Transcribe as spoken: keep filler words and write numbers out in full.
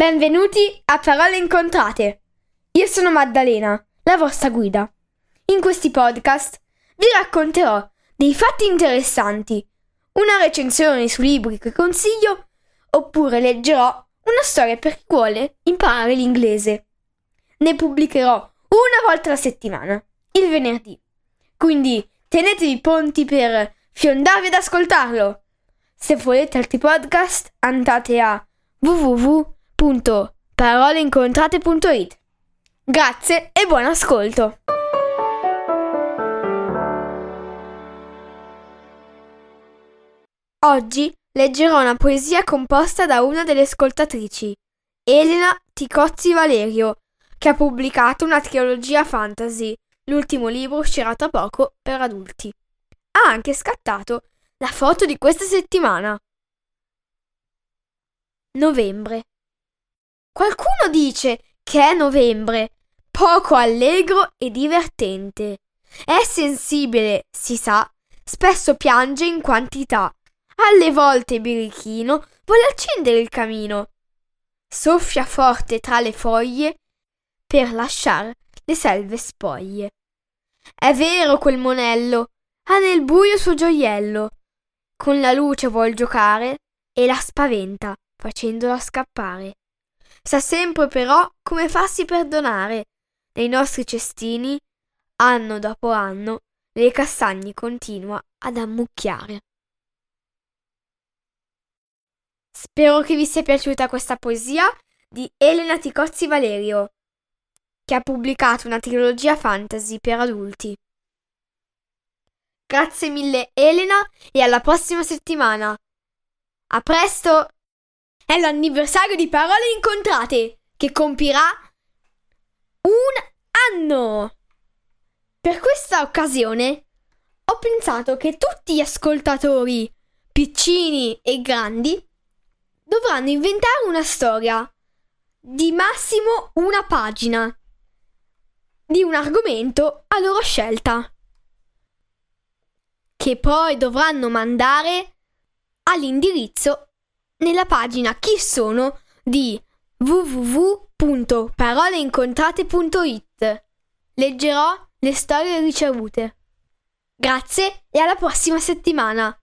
Benvenuti a Parole Incontrate. Io sono Maddalena, la vostra guida. In questi podcast vi racconterò dei fatti interessanti, una recensione su libri che consiglio, oppure leggerò una storia per chi vuole imparare l'inglese. Ne pubblicherò una volta alla settimana, il venerdì. Quindi tenetevi pronti per fiondarvi ad ascoltarlo. Se volete altri podcast, andate a w w w punto parole incontrate punto i t. Grazie e buon ascolto! Oggi leggerò una poesia composta da una delle ascoltatrici, Elena Ticozzi Valerio, che ha pubblicato una trilogia fantasy. L'ultimo libro uscirà tra poco per adulti. Ha anche scattato la foto di questa settimana. Novembre. Qualcuno dice che è novembre, poco allegro e divertente. È sensibile, si sa, spesso piange in quantità. Alle volte birichino vuole accendere il camino. Soffia forte tra le foglie per lasciar le selve spoglie. È vero quel monello, ha nel buio il suo gioiello. Con la luce vuol giocare e la spaventa facendola scappare. Sa sempre però come farsi perdonare. Nei nostri cestini, anno dopo anno, le castagne continua ad ammucchiare. Spero che vi sia piaciuta questa poesia di Elena Ticozzi Valerio, che ha pubblicato una trilogia fantasy per adulti. Grazie mille Elena e alla prossima settimana. A presto! È l'anniversario di Parole Incontrate, che compirà un anno! Per questa occasione ho pensato che tutti gli ascoltatori, piccini e grandi, dovranno inventare una storia di massimo una pagina di un argomento a loro scelta, che poi dovranno mandare all'indirizzo nella pagina Chi sono di w w w punto parole incontrate punto i t. Leggerò le storie ricevute. Grazie e alla prossima settimana!